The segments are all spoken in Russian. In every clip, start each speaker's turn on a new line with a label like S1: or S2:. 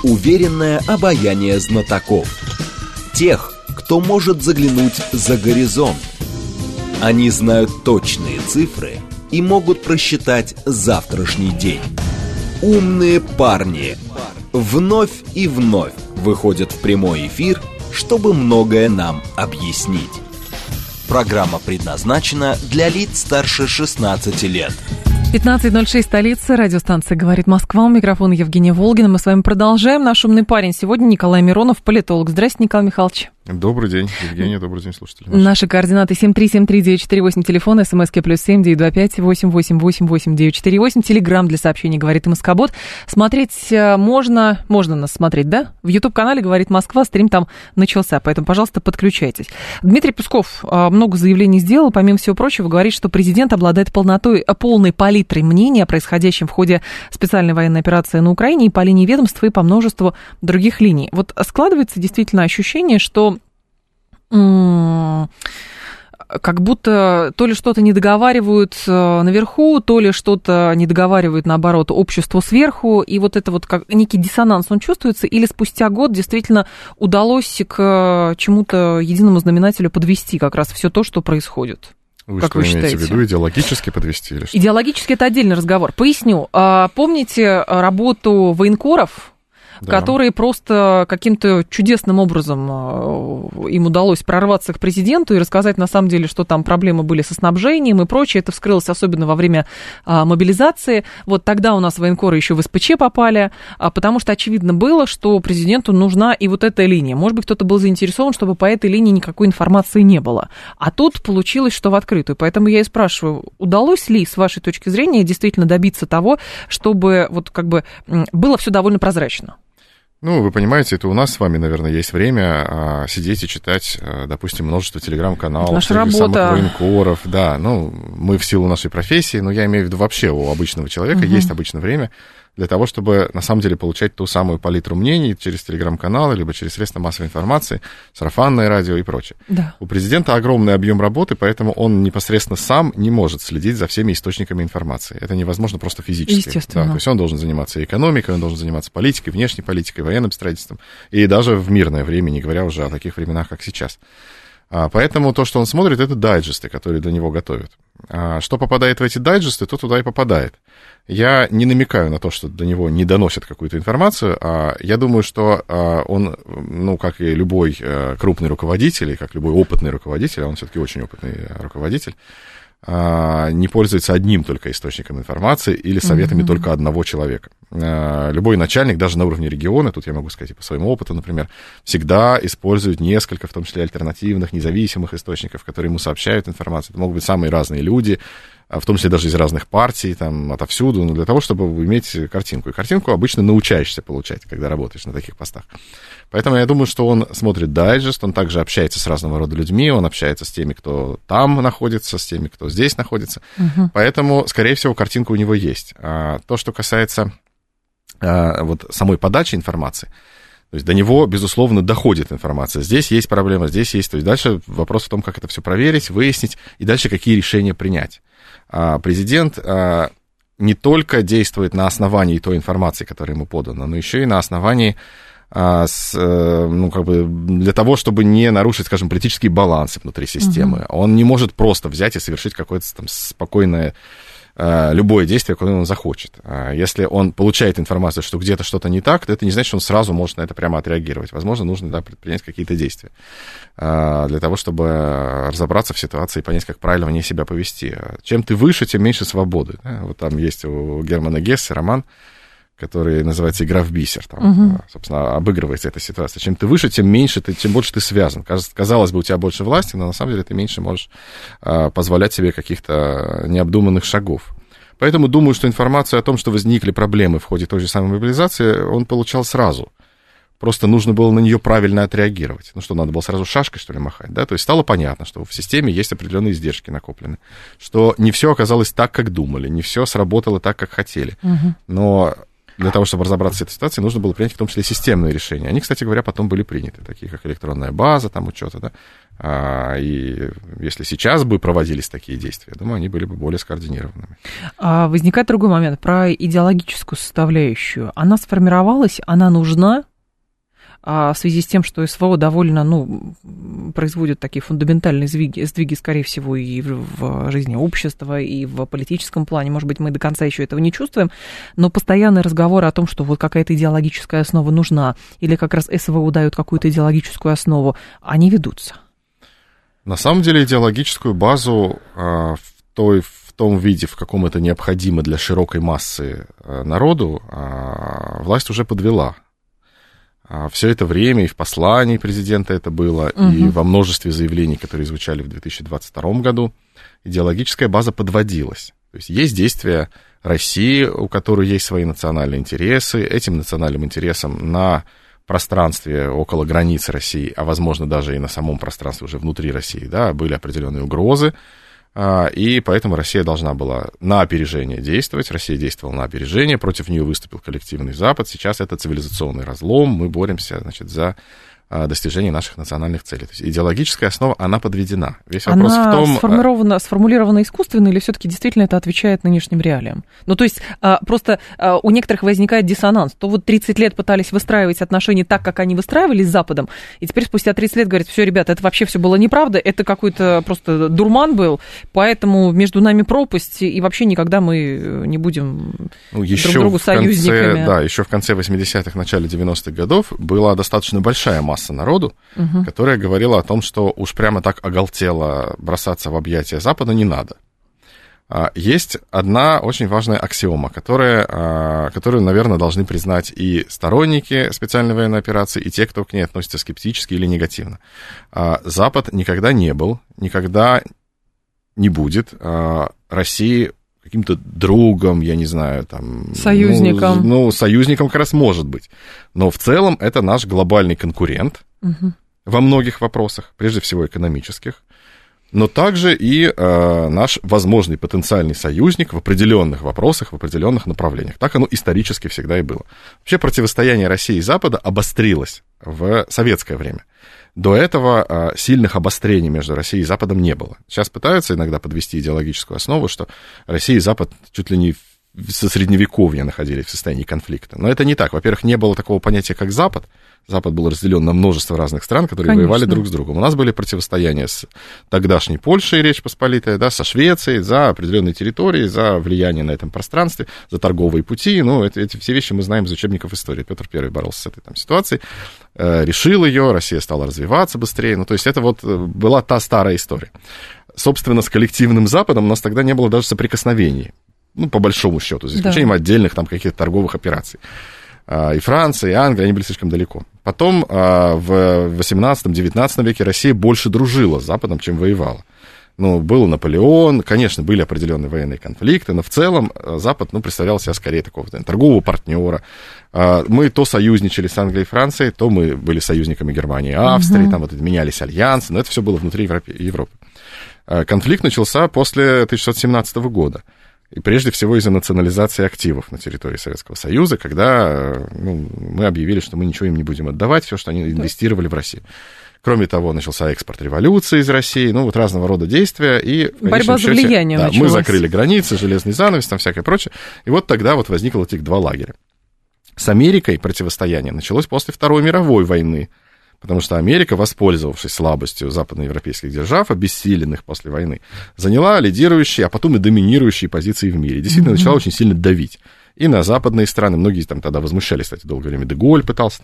S1: уверенное обаяние знатоков. Тех, кто может заглянуть за горизонт. Они знают точные цифры и могут просчитать завтрашний день. Умные парни вновь и вновь выходят в прямой эфир, чтобы многое нам объяснить. Программа предназначена для лиц старше 16 лет.
S2: 15:06, столица, радиостанция «Говорит Москва», у микрофона Евгения Волгина. Мы с вами продолжаем. Наш умный парень сегодня Николай Миронов, политолог. Здравствуйте, Николай Михайлович.
S3: Добрый день, Евгения, добрый день, слушатели.
S2: Наши координаты 7373948, телефон, смски +7 925 888 948, телеграм для сообщений «Говорит Москобот». Смотреть можно нас смотреть, да? В YouTube-канале «Говорит Москва», стрим там начался, поэтому, пожалуйста, подключайтесь. Дмитрий Песков много заявлений сделал, помимо всего прочего, говорит, что президент обладает полной палитрой мнений о происходящем в ходе специальной военной операции на Украине и по линии ведомства, и по множеству других линий. Вот складывается действительно ощущение, что как будто то ли что-то не договаривают наверху, то ли что-то не договаривают, наоборот, обществу сверху, и вот это вот как некий диссонанс, он чувствуется, или спустя год действительно удалось к чему-то единому знаменателю подвести как раз все то, что происходит?
S3: Вы
S2: как
S3: что,
S2: вы
S3: имеете
S2: считаете?
S3: в виду, идеологически подвести или что?
S2: Идеологически это отдельный разговор. Поясню. Помните работу военкоров,
S3: Да.
S2: которые просто каким-то чудесным образом им удалось прорваться к президенту и рассказать на самом деле, что там проблемы были со снабжением и прочее. Это вскрылось особенно во время мобилизации. Вот тогда у нас военкоры еще в СПЧ попали, потому что очевидно было, что президенту нужна и вот эта линия. Может быть, кто-то был заинтересован, чтобы по этой линии никакой информации не было. А тут получилось, что в открытую. Поэтому я и спрашиваю, удалось ли, с вашей точки зрения, действительно добиться того, чтобы вот как бы было все довольно прозрачно?
S3: Ну, вы понимаете, это у нас с вами, наверное, есть время сидеть и читать, допустим, множество телеграм-каналов,
S2: наша
S3: самых
S2: работа.
S3: военкоров. Да, ну, мы в силу нашей профессии, но я имею в виду вообще у обычного человека есть обычно время для того, чтобы, на самом деле, получать ту самую палитру мнений через телеграм-каналы, либо через средства массовой информации, сарафанное радио и прочее.
S2: Да.
S3: У президента огромный объем работы, поэтому он непосредственно сам не может следить за всеми источниками информации. Это невозможно просто физически.
S2: Естественно.
S3: Да, то есть он должен заниматься экономикой, он должен заниматься политикой, внешней политикой, военным строительством, и даже в мирное время, не говоря уже о таких временах, как сейчас. Поэтому то, что он смотрит, это дайджесты, которые для него готовят. Что попадает в эти дайджесты, то туда и попадает. Я не намекаю на то, что до него не доносят какую-то информацию, я думаю, что он, ну, как и любой крупный руководитель, и как любой опытный руководитель, а он все-таки очень опытный руководитель, не пользуется одним только источником информации или советами только одного человека. Любой начальник, даже на уровне региона, тут я могу сказать и по своему опыту, например, всегда использует несколько, в том числе альтернативных, независимых источников, которые ему сообщают информацию. Это могут быть самые разные люди, в том числе даже из разных партий, там, отовсюду, но для того, чтобы иметь картинку. И картинку обычно научаешься получать, когда работаешь на таких постах. Поэтому я думаю, что он смотрит дайджест, он также общается с разного рода людьми, он общается с теми, кто там находится, с теми, кто здесь находится. Поэтому, скорее всего, картинка у него есть. То, что касается вот самой подачи информации, то есть до него, безусловно, доходит информация. Здесь есть проблема, здесь есть. То есть дальше вопрос в том, как это все проверить, выяснить, и дальше какие решения принять. Президент не только действует на основании той информации, которая ему подана, но еще и на основании, ну, как бы для того, чтобы не нарушить, скажем, политические балансы внутри системы. Он не может просто взять и совершить какое-то там спокойное любое действие, которое он захочет. Если он получает информацию, что где-то что-то не так, то это не значит, что он сразу может на это прямо отреагировать. Возможно, нужно, да, предпринять какие-то действия для того, чтобы разобраться в ситуации и понять, как правильно в ней себя повести. Чем ты выше, тем меньше свободы. Да? Вот там есть у Германа Гессе роман, который называется «Игра в бисер». Там, собственно, обыгрывается эта ситуация. Чем ты выше, тем меньше, тем больше ты связан. Казалось бы, у тебя больше власти, но на самом деле ты меньше можешь позволять себе каких-то необдуманных шагов. Поэтому думаю, что информацию о том, что возникли проблемы в ходе той же самой мобилизации, он получал сразу. Просто нужно было на нее правильно отреагировать. Ну что, надо было сразу шашкой, что ли, махать, да? То есть стало понятно, что в системе есть определенные издержки накоплены, что не все оказалось так, как думали, не все сработало так, как хотели. Но для того, чтобы разобраться с этой ситуацией, нужно было принять в том числе системные решения. Они, кстати говоря, потом были приняты, такие как электронная база, там учета, да. И если сейчас бы проводились такие действия, я думаю, они были бы более скоординированными.
S2: Возникает другой момент про идеологическую составляющую. Она сформировалась, она нужна в связи с тем, что СВО довольно, производит такие фундаментальные сдвиги, скорее всего, и в жизни общества, и в политическом плане. Может быть, мы до конца еще этого не чувствуем, но постоянные разговоры о том, что вот какая-то идеологическая основа нужна, или как раз СВО дает какую-то идеологическую основу, они ведутся.
S3: На самом деле идеологическую базу в том виде, в каком это необходимо для широкой массы народу, власть уже подвела. Все это время и в послании президента это было, и во множестве заявлений, которые звучали в 2022 году, идеологическая база подводилась. То есть действия России, у которой есть свои национальные интересы, этим национальным интересам на пространстве около границ России, а возможно даже и на самом пространстве уже внутри России, да, были определенные угрозы, и поэтому Россия должна была на опережение действовать. Россия действовала на опережение, против нее выступил коллективный Запад. Сейчас это цивилизационный разлом, мы боремся, за достижение наших национальных целей. То есть идеологическая основа, она подведена. Весь вопрос в том...
S2: сформулирована искусственно или все-таки действительно это отвечает нынешним реалиям? То есть просто у некоторых возникает диссонанс. То вот 30 лет пытались выстраивать отношения так, как они выстраивались с Западом, и теперь спустя 30 лет говорят, все, ребята, это вообще все было неправда, это какой-то просто дурман был, поэтому между нами пропасть, и вообще никогда мы не будем друг другу союзниками.
S3: Да, еще в конце 80-х, начале 90-х годов была достаточно большая масса народу, которая говорила о том, что уж прямо так оголтело бросаться в объятия Запада не надо. Есть одна очень важная аксиома, которую, наверное, должны признать и сторонники специальной военной операции, и те, кто к ней относится скептически или негативно. Запад никогда не был, никогда не будет России каким-то другом, я не знаю,
S2: союзником.
S3: Союзником как раз может быть. Но в целом это наш глобальный конкурент во многих вопросах, прежде всего экономических, но также и наш возможный потенциальный союзник в определенных вопросах, в определенных направлениях. Так оно исторически всегда и было. Вообще противостояние России и Запада обострилось в советское время. До этого сильных обострений между Россией и Западом не было. Сейчас пытаются иногда подвести идеологическую основу, что Россия и Запад чуть ли не со Средневековья находились в состоянии конфликта. Но это не так. Во-первых, не было такого понятия, как Запад. Запад был разделен на множество разных стран, которые воевали друг с другом. У нас были противостояния с тогдашней Польшей, Речь Посполитая, да, со Швецией за определенные территории, за влияние на этом пространстве, за торговые пути. Эти все вещи мы знаем из учебников истории. Петр I боролся с этой ситуацией, решил ее, Россия стала развиваться быстрее. То есть это была та старая история. Собственно, с коллективным Западом у нас тогда не было даже соприкосновений. По большому счету, за исключением отдельных каких-то торговых операций. И Франция, и Англия, они были слишком далеко. Потом в 18-19 веке Россия больше дружила с Западом, чем воевала. Был Наполеон, конечно, были определенные военные конфликты, но в целом Запад, представлял себя скорее такого торгового партнера. Мы то союзничали с Англией и Францией, то мы были союзниками Германии и Австрии, менялись альянсы, но это все было внутри Европы. Конфликт начался после 1917 года. И прежде всего из-за национализации активов на территории Советского Союза, когда мы объявили, что мы ничего им не будем отдавать, все, что они инвестировали в Россию. Кроме того, начался экспорт революции из России, разного рода действия. И
S2: борьба за влияние началась.
S3: Мы закрыли границы, железный занавес, всякое прочее. И тогда возникло этих два лагеря. С Америкой противостояние началось после Второй мировой войны. Потому что Америка, воспользовавшись слабостью западноевропейских держав, обессиленных после войны, заняла лидирующие, а потом и доминирующие позиции в мире. Действительно, начала очень сильно давить. И на западные страны. Многие тогда возмущались, кстати, долгое время. Де Голль пытался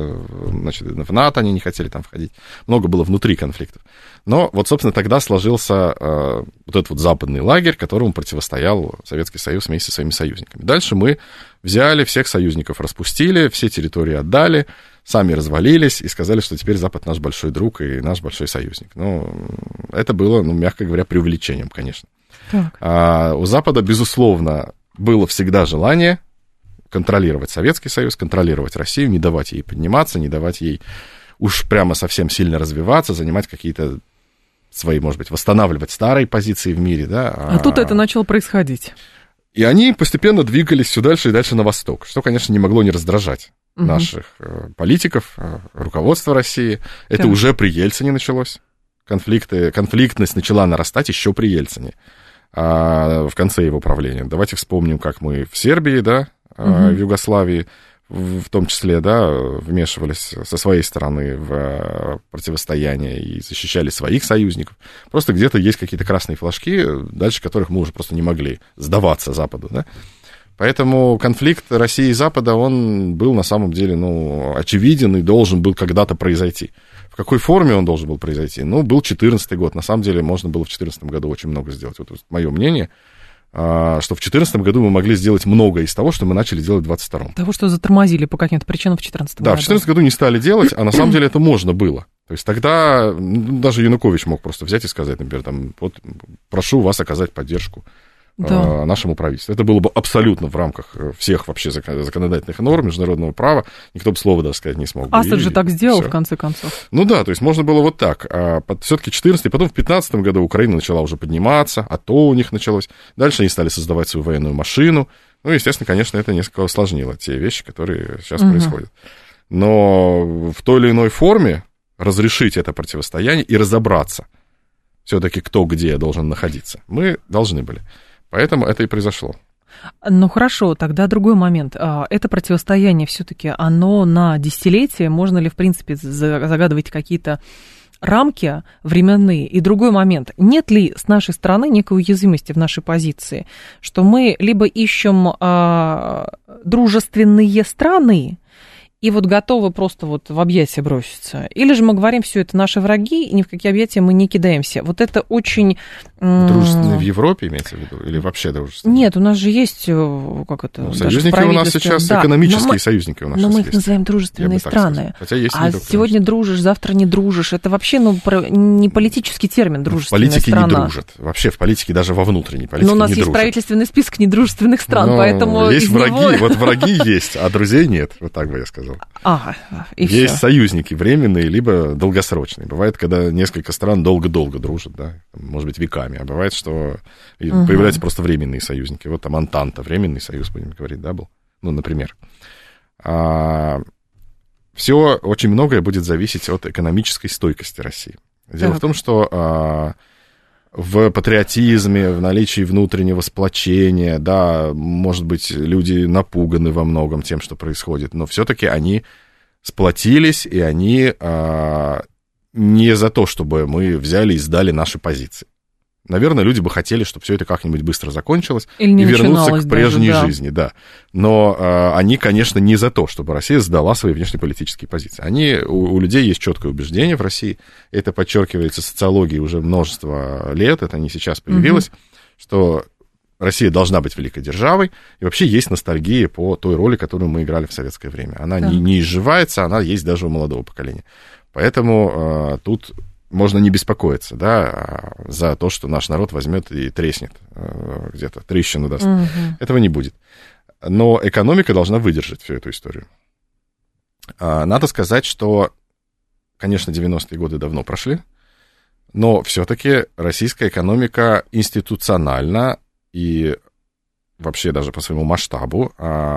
S3: в НАТО они не хотели входить. Много было внутри конфликтов. Но собственно, тогда сложился этот западный лагерь, которому противостоял Советский Союз вместе со своими союзниками. Дальше мы взяли всех союзников, распустили, все территории отдали, сами развалились и сказали, что теперь Запад наш большой друг и наш большой союзник. Это было, мягко говоря, преувеличением, конечно. У Запада, безусловно, было всегда желание контролировать Советский Союз, контролировать Россию, не давать ей подниматься, не давать ей уж прямо совсем сильно развиваться, занимать какие-то свои, может быть, восстанавливать старые позиции в мире. Да,
S2: а тут это начало происходить.
S3: И они постепенно двигались все дальше и дальше на восток, что, конечно, не могло не раздражать наших политиков, руководства России. Это уже при Ельцине началось. Конфликтность начала нарастать еще при Ельцине, в конце его правления. Давайте вспомним, как мы в Сербии, да, в Югославии, в том числе, да, вмешивались со своей стороны в противостояние и защищали своих союзников. Просто где-то есть какие-то красные флажки, дальше которых мы уже просто не могли сдаваться Западу, да. Поэтому конфликт России и Запада, он был на самом деле, очевиден и должен был когда-то произойти. В какой форме он должен был произойти? Был 2014 год. На самом деле можно было в 2014 году очень много сделать. Вот мое мнение, что в 2014 году мы могли сделать многое из того, что мы начали делать в 2022.
S2: Того, что затормозили по каким-то причинам в 2014 году.
S3: Да, в 2014 году не стали делать, а на самом деле это можно было. То есть тогда даже Янукович мог просто взять и сказать, например, вот прошу вас оказать поддержку нашему правительству. Это было бы абсолютно в рамках всех вообще законодательных норм международного права. Никто бы слова даже сказать не смог.
S2: Асад же так сделал, в конце концов.
S3: Да, то есть можно было вот так. А все-таки 14 и потом в 15 году Украина начала уже подниматься, АТО у них началось. Дальше они стали создавать свою военную машину. Естественно, конечно, это несколько усложнило те вещи, которые сейчас происходят. Но в той или иной форме разрешить это противостояние и разобраться все-таки, кто где должен находиться, мы должны были. Поэтому это и произошло.
S2: Хорошо, тогда другой момент. Это противостояние все-таки, оно на десятилетия, можно ли, в принципе, загадывать какие-то рамки временные? И другой момент, нет ли с нашей стороны некой уязвимости в нашей позиции, что мы либо ищем дружественные страны, и вот готовы просто вот в объятия броситься. Или же мы говорим, все это наши враги, и ни в какие объятия мы не кидаемся. Вот это очень...
S3: Дружественные в Европе, имеется в виду? Или вообще дружественные?
S2: Нет, у нас же есть,
S3: союзники у нас сейчас, да, экономические союзники у нас.
S2: Но мы их называем дружественные страны.
S3: Хотя есть
S2: сегодня дружишь, завтра не дружишь. Это вообще не политический термин, дружественная
S3: страна. В политике
S2: не
S3: дружат. Вообще в политике, даже во внутренней политике.
S2: Но у нас есть правительственный список недружественных стран, поэтому...
S3: Есть враги, вот враги есть, а друзей нет, вот так бы я сказал. Есть союзники временные, либо долгосрочные. Бывает, когда несколько стран долго-долго дружат, да, может быть, веками, а бывает, что появляются просто временные союзники. Вот там Антанта, временный союз, будем говорить, да, был, например. Все, очень многое будет зависеть от экономической стойкости России. Дело в том, что в патриотизме, в наличии внутреннего сплочения, да, может быть, люди напуганы во многом тем, что происходит, но все-таки они сплотились, и они не за то, чтобы мы взяли и сдали наши позиции. Наверное, люди бы хотели, чтобы все это как-нибудь быстро закончилось и вернуться к прежней жизни, да. Но они, конечно, не за то, чтобы Россия сдала свои внешнеполитические позиции. У людей есть четкое убеждение в России, это подчеркивается социологией уже множество лет, это не сейчас появилось, что Россия должна быть великой державой, и вообще есть ностальгия по той роли, которую мы играли в советское время. Она не изживается, она есть даже у молодого поколения. Поэтому тут можно не беспокоиться, да, за то, что наш народ возьмет и треснет где-то, трещину даст. Этого не будет. Но экономика должна выдержать всю эту историю. Надо сказать, что, конечно, 90-е годы давно прошли, но все-таки российская экономика институционально и вообще даже по своему масштабу,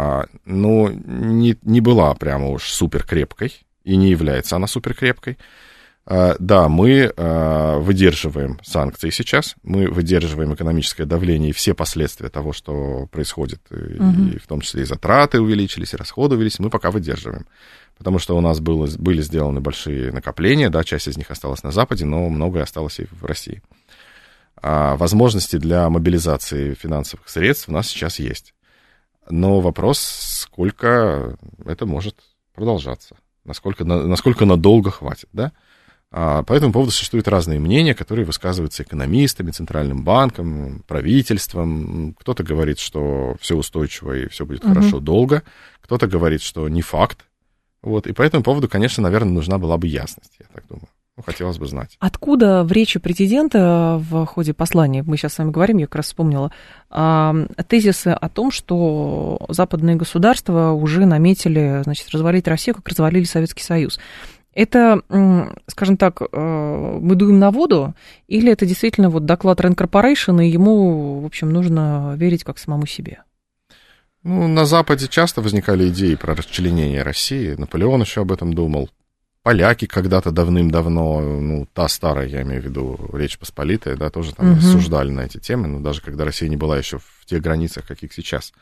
S3: не была прямо уж суперкрепкой, и не является она суперкрепкой. Да, мы выдерживаем санкции сейчас, мы выдерживаем экономическое давление и все последствия того, что происходит, и в том числе и затраты увеличились, и расходы увеличились, мы пока выдерживаем, потому что у нас были сделаны большие накопления, да, часть из них осталась на Западе, но многое осталось и в России. Возможности для мобилизации финансовых средств у нас сейчас есть, но вопрос, сколько это может продолжаться, насколько надолго хватит, да? По этому поводу существуют разные мнения, которые высказываются экономистами, Центральным банком, правительством. Кто-то говорит, что все устойчиво и все будет хорошо долго. Кто-то говорит, что не факт. Вот. И по этому поводу, конечно, наверное, нужна была бы ясность, я так думаю. Хотелось бы знать.
S2: Откуда в речи президента в ходе послания, мы сейчас с вами говорим, я как раз вспомнила, тезисы о том, что западные государства уже наметили, значит, развалить Россию, как развалили Советский Союз. Это, скажем так, мы дуем на воду, или это действительно вот доклад Rand Corporation, и ему, в общем, нужно верить как самому себе?
S3: Ну, на Западе часто возникали идеи про расчленение России. Наполеон еще об этом думал. Поляки когда-то давным-давно, ну, та старая, я имею в виду, Речь Посполитая, да, тоже там рассуждали на эти темы, но даже когда Россия не была еще в тех границах, каких сейчас.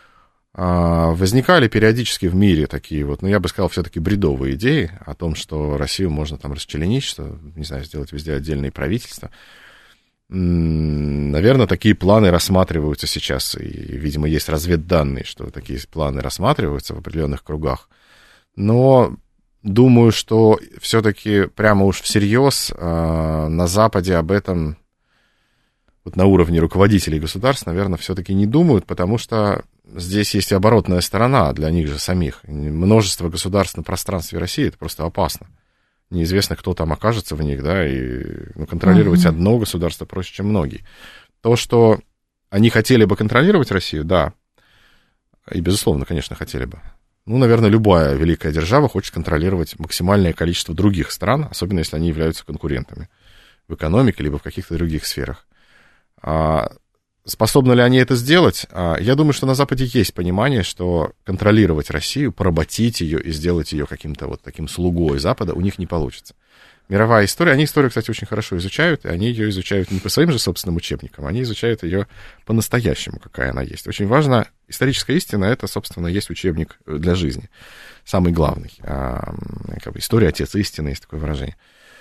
S3: Возникали периодически в мире такие вот, ну, я бы сказал, все-таки бредовые идеи о том, что Россию можно там расчленить, что, не знаю, сделать везде отдельные правительства. Наверное, такие планы рассматриваются сейчас, и, видимо, есть разведданные, что такие планы рассматриваются в определенных кругах. Но думаю, что все-таки прямо уж всерьез на Западе об этом вот на уровне руководителей государств, наверное, все-таки не думают, потому что здесь есть и оборотная сторона для них же самих. Множество государств на пространстве России — это просто опасно. Неизвестно, кто там окажется в них, да, и контролировать одно государство проще, чем многие. То, что они хотели бы контролировать Россию, да, и, безусловно, конечно, хотели бы. Ну, наверное, любая великая держава хочет контролировать максимальное количество других стран, особенно если они являются конкурентами в экономике либо в каких-то других сферах. Способны ли они это сделать? Я думаю, что на Западе есть понимание, что контролировать Россию, поработить ее и сделать ее каким-то вот таким слугой Запада у них не получится. Мировая история, они историю, кстати, очень хорошо изучают, и они ее изучают не по своим же собственным учебникам, они изучают ее по-настоящему, какая она есть. Очень важно, историческая истина — это, собственно, есть учебник для жизни, самый главный. Как бы история — отец истины, есть такое выражение.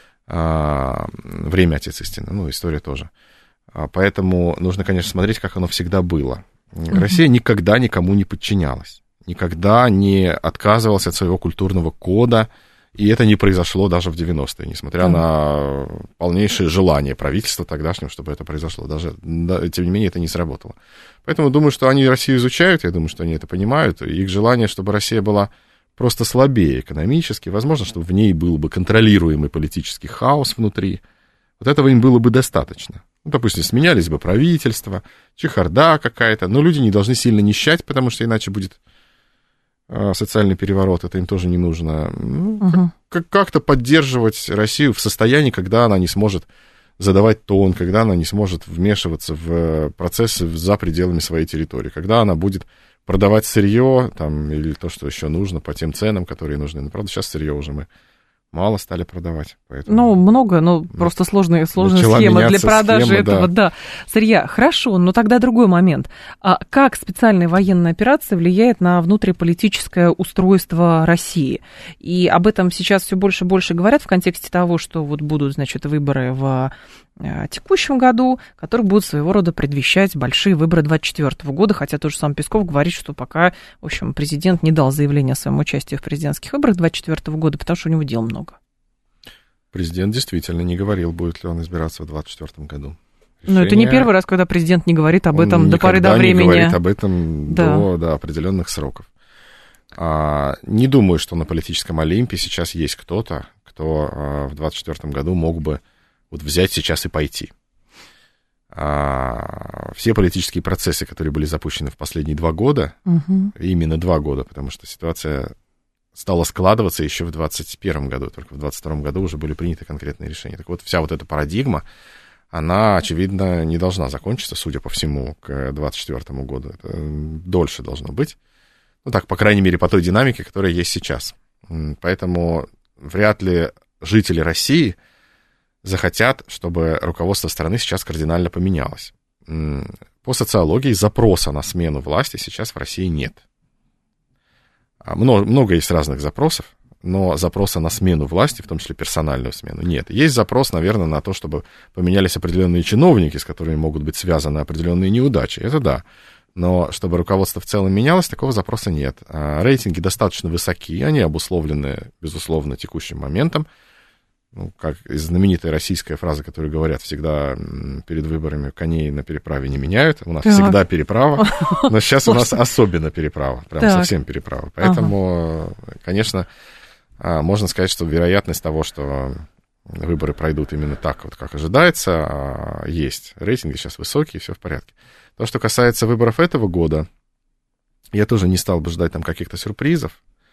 S3: Время — отец истины, ну, история тоже. Поэтому нужно, конечно, смотреть, как оно всегда было. Россия никогда никому не подчинялась, никогда не отказывалась от своего культурного кода, и это не произошло даже в 90-е, несмотря на полнейшее желание правительства тогдашнего, чтобы это произошло. Даже, тем не менее, это не сработало. Поэтому думаю, что они Россию изучают, я думаю, что они это понимают, и их желание, чтобы Россия была просто слабее экономически, возможно, чтобы в ней был бы контролируемый политический хаос внутри, вот этого им было бы достаточно. Ну, допустим, сменялись бы правительства, чехарда какая-то, но люди не должны сильно нищать, потому что иначе будет социальный переворот, это им тоже не нужно. Ну, как-то поддерживать Россию в состоянии, когда она не сможет задавать тон, когда она не сможет вмешиваться в процессы за пределами своей территории, когда она будет продавать сырье там, или то, что еще нужно, по тем ценам, которые нужны. Но, правда, сейчас сырье уже мы мало стали продавать. Поэтому... Ну,
S2: много, но просто сложная схема для продажи этого, да, сырья. Хорошо, но тогда другой момент. А как специальная военная операция влияет на внутриполитическое устройство России? И об этом сейчас все больше и больше говорят в контексте того, что вот будут, значит, выборы в текущем году, которые будут своего рода предвещать большие выборы 2024 года, хотя тоже сам Песков говорит, что пока, в общем, президент не дал заявление о своем участии в президентских выборах 2024 года, потому что у него дел много.
S3: Президент действительно не говорил, будет ли он избираться в 2024 году.
S2: Но это не первый раз, когда президент не говорит об этом до поры до времени.
S3: Он не говорит об этом до определенных сроков. Не думаю, что на политическом Олимпе сейчас есть кто-то, кто в 2024 году мог бы вот взять сейчас и пойти. Все политические процессы, которые были запущены в последние 2 года, именно 2 года, потому что ситуация стала складываться еще в 2021 году, только в 2022 году уже были приняты конкретные решения. Так вот, вся вот эта парадигма, она, очевидно, не должна закончиться, судя по всему, к 2024 году. Это дольше должно быть. Ну так, по крайней мере, по той динамике, которая есть сейчас. Поэтому вряд ли жители России захотят, чтобы руководство страны сейчас кардинально поменялось. По социологии запроса на смену власти сейчас в России нет. Много есть разных запросов, но запроса на смену власти, в том числе персональную смену, нет. Есть запрос, наверное, на то, чтобы поменялись определенные чиновники, с которыми могут быть связаны определенные неудачи. Это да. Но чтобы руководство в целом менялось, такого запроса нет. Рейтинги достаточно высоки, они обусловлены, безусловно, текущим моментом. Ну, как знаменитая российская фраза, которую говорят всегда перед выборами: коней на переправе не меняют. У нас всегда переправа, но сейчас у нас особенно переправа, прям совсем переправа. Поэтому, конечно, можно сказать, что вероятность того, что выборы пройдут именно так, вот как ожидается, есть. Рейтинги сейчас высокие, все в порядке. То, что касается выборов этого года, я тоже не стал бы ждать там каких-то сюрпризов,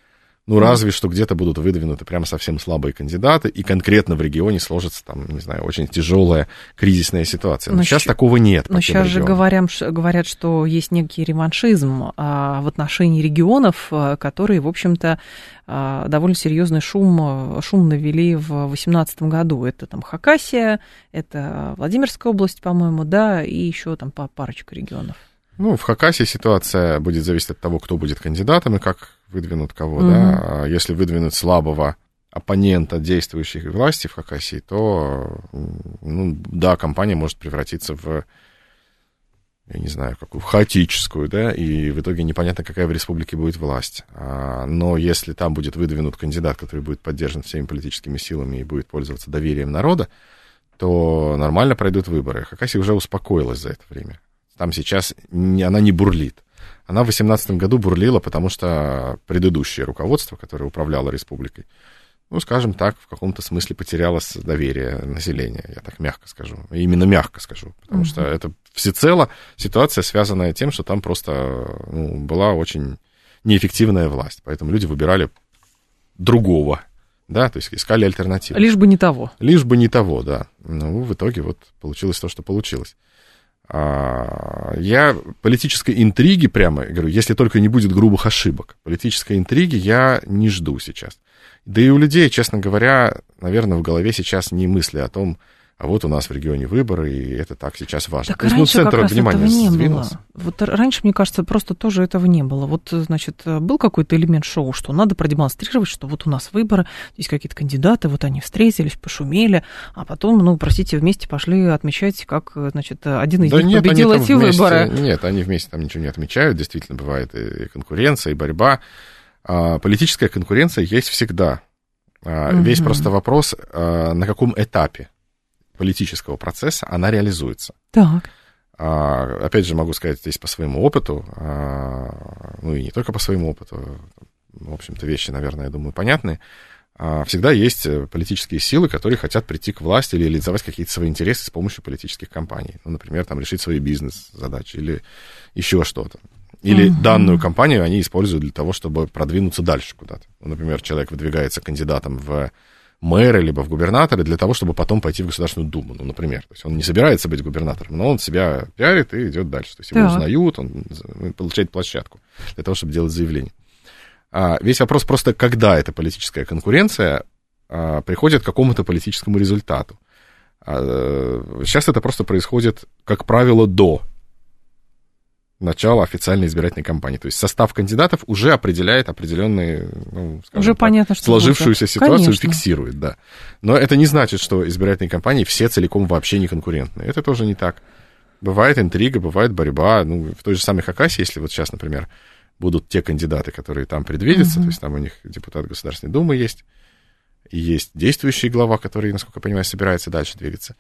S3: Ну, разве что где-то будут выдвинуты прямо совсем слабые кандидаты, и конкретно в регионе сложится там, не знаю, очень тяжелая кризисная ситуация. Но сейчас такого нет.
S2: Но сейчас же говорят, что есть некий реваншизм в отношении регионов, которые, в общем-то, довольно серьезный шум навели в 2018 году. Это там Хакасия, это Владимирская область, по-моему, да, и еще там парочка регионов.
S3: Ну, в Хакасии ситуация будет зависеть от того, кто будет кандидатом и как выдвинут кого, да. Если выдвинут слабого оппонента действующей власти в Хакасии, то, ну, да, кампания может превратиться в, я не знаю, какую, в хаотическую, да, и в итоге непонятно, какая в республике будет власть. Но если там будет выдвинут кандидат, который будет поддержан всеми политическими силами и будет пользоваться доверием народа, то нормально пройдут выборы. Хакасия уже успокоилась за это время. Там сейчас она не бурлит. Она в 2018 году бурлила, потому что предыдущее руководство, которое управляло республикой, ну, скажем так, в каком-то смысле потеряло доверие населения, я так мягко скажу. И именно мягко скажу, потому что это всецело ситуация, связанная тем, что там просто была очень неэффективная власть. Поэтому люди выбирали другого, да, то есть искали альтернативу.
S2: Лишь бы не того.
S3: Лишь бы не того, да. Ну, в итоге вот получилось то, что получилось. Я политической интриги, прямо говорю, если только не будет грубых ошибок, политической интриги я не жду сейчас. Да и у людей, честно говоря, наверное, в голове сейчас не мысли о том, а вот у нас в регионе выборы, и это так сейчас важно.
S2: Так раньше как раз этого не было. Вот раньше, мне кажется, просто тоже этого не было. Вот, значит, был какой-то элемент шоу, что надо продемонстрировать, что вот у нас выборы, здесь какие-то кандидаты, вот они встретились, пошумели, а потом, ну, простите, вместе пошли отмечать, как, значит, один из них победил эти выборы.
S3: Нет, они вместе там ничего не отмечают, действительно, бывает и конкуренция, и борьба. Политическая конкуренция есть всегда. Весь просто вопрос, на каком этапе политического процесса она реализуется.
S2: Так.
S3: Опять же, могу сказать здесь по своему опыту, ну и не только по своему опыту, в общем-то, вещи, наверное, я думаю, понятные. Всегда есть политические силы, которые хотят прийти к власти или реализовать какие-то свои интересы с помощью политических кампаний. Ну, например, там, решить свои бизнес-задачи или еще что-то. Или данную кампанию они используют для того, чтобы продвинуться дальше куда-то. Ну, например, человек выдвигается кандидатом в мэры, либо в губернаторы для того, чтобы потом пойти в Государственную Думу, ну, например. То есть он не собирается быть губернатором, но он себя пиарит и идет дальше. То есть его узнают, он получает площадку для того, чтобы делать заявление. Весь вопрос просто, когда эта политическая конкуренция приходит к какому-то политическому результату. Сейчас это просто происходит, как правило, до начала официальной избирательной кампании. То есть состав кандидатов уже определяет определенные, ну, скажем
S2: уже
S3: так,
S2: понятно, что
S3: сложившуюся ситуацию,
S2: конечно,
S3: фиксирует, да. Но это не значит, что избирательные кампании все целиком вообще не конкурентные. Это тоже не так. Бывает интрига, бывает борьба. Ну, в той же самой Хакасии, если вот сейчас, например, будут те кандидаты, которые там предвидятся, то есть там у них депутат Государственной Думы есть, и есть действующий глава, который, насколько я понимаю, собирается дальше двигаться,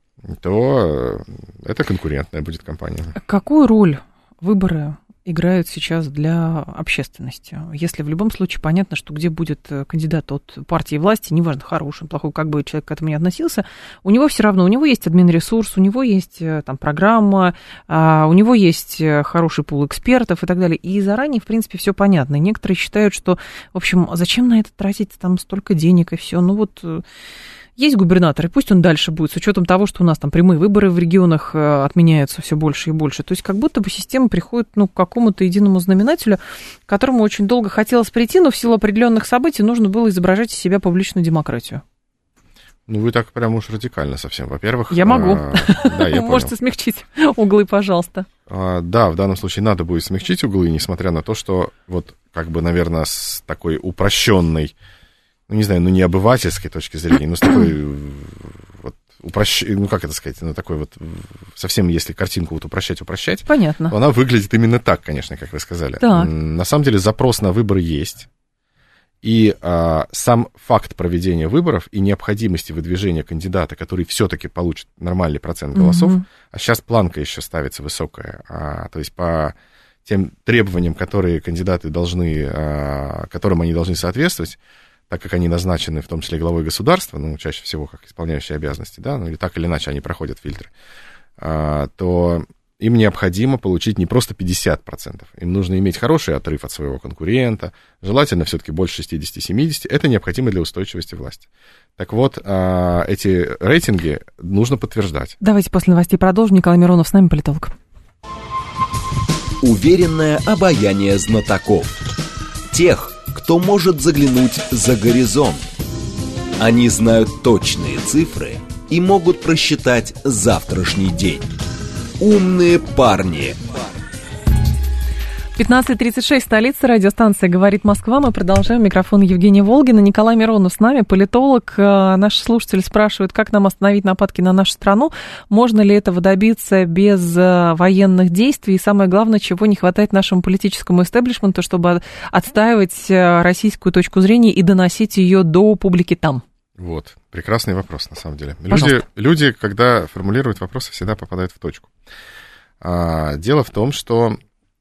S3: то это конкурентная будет кампания.
S2: Какую роль выборы играют сейчас для общественности? Если в любом случае понятно, что где будет кандидат от партии власти, неважно, хороший, плохой, как бы человек к этому ни относился, у него все равно, у него есть админресурс, у него есть там программа, у него есть хороший пул экспертов и так далее. И заранее, в принципе, все понятно. И некоторые считают, что, в общем, зачем на это тратить там столько денег и все. Ну вот... Есть губернатор, и пусть он дальше будет, с учетом того, что у нас там прямые выборы в регионах отменяются все больше и больше. То есть как будто бы система приходит к какому-то единому знаменателю, к которому очень долго хотелось прийти, но в силу определенных событий нужно было изображать из себя публичную демократию.
S3: Ну, вы так прям уж радикально совсем. Во-первых...
S2: Я могу.
S3: Да, я
S2: Можете смягчить углы, пожалуйста.
S3: Да, в данном случае надо будет смягчить углы, несмотря на то, что вот как бы, наверное, с такой упрощенной, ну, не знаю, не обывательской точки зрения, но с такой вот ну, как это сказать, ну, такой вот совсем, если картинку вот упрощать,
S2: понятно,
S3: то она выглядит именно так, конечно, как вы сказали.
S2: Так.
S3: На самом деле запрос на выборы есть, и сам факт проведения выборов и необходимости выдвижения кандидата, который все-таки получит нормальный процент голосов, а сейчас планка еще ставится высокая, то есть по тем требованиям, которые кандидаты должны, которым они должны соответствовать, так как они назначены в том числе главой государства, ну, чаще всего как исполняющие обязанности, да, ну, или так или иначе они проходят фильтры, то им необходимо получить не просто 50%, им нужно иметь хороший отрыв от своего конкурента, желательно все-таки больше 60-70%, это необходимо для устойчивости власти. Так вот, эти рейтинги нужно подтверждать.
S2: Давайте после новостей продолжим. Николай Миронов с нами, политолог.
S1: Уверенное обаяние знатоков. Тех, кто может заглянуть за горизонт. Они знают точные цифры и могут просчитать завтрашний день. Умные парни.
S2: 15:36, столица, радиостанция «Говорит Москва». Мы продолжаем. Микрофон Евгения Волгина. Николай Миронов с нами, политолог. Наши слушатели спрашивают, как нам остановить нападки на нашу страну. Можно ли этого добиться без военных действий? И самое главное, чего не хватает нашему политическому истеблишменту, чтобы отстаивать российскую точку зрения и доносить ее до публики там?
S3: Вот, прекрасный вопрос, на самом деле. Люди, когда формулируют вопросы, всегда попадают в точку. Дело в том, что,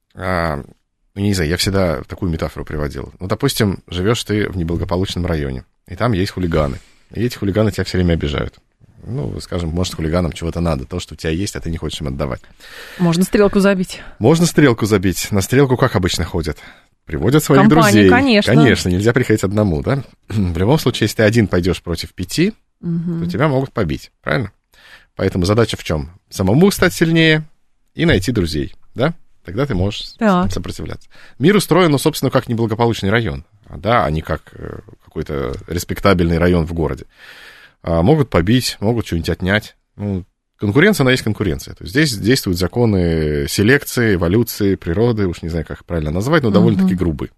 S3: не знаю, я всегда такую метафору приводил. Ну, допустим, живешь ты в неблагополучном районе, и там есть хулиганы. И эти хулиганы тебя все время обижают. Ну, скажем, может, хулиганам чего-то надо, то, что у тебя есть, а ты не хочешь им отдавать.
S2: Можно стрелку забить.
S3: Можно стрелку забить. На стрелку как обычно ходят? Приводят своих
S2: компании,
S3: друзей.
S2: Конечно,
S3: нельзя приходить одному, да? В любом случае, если ты один пойдешь против 5, то тебя могут побить, правильно? Поэтому задача в чем? Самому стать сильнее и найти друзей, да? Тогда ты можешь сопротивляться. Мир устроен, собственно, как неблагополучный район, да, а не как какой-то респектабельный район в городе. Могут побить, могут что-нибудь отнять. Ну, конкуренция, она есть конкуренция. То есть здесь действуют законы селекции, эволюции, природы, уж не знаю, как их правильно назвать, но довольно-таки грубые.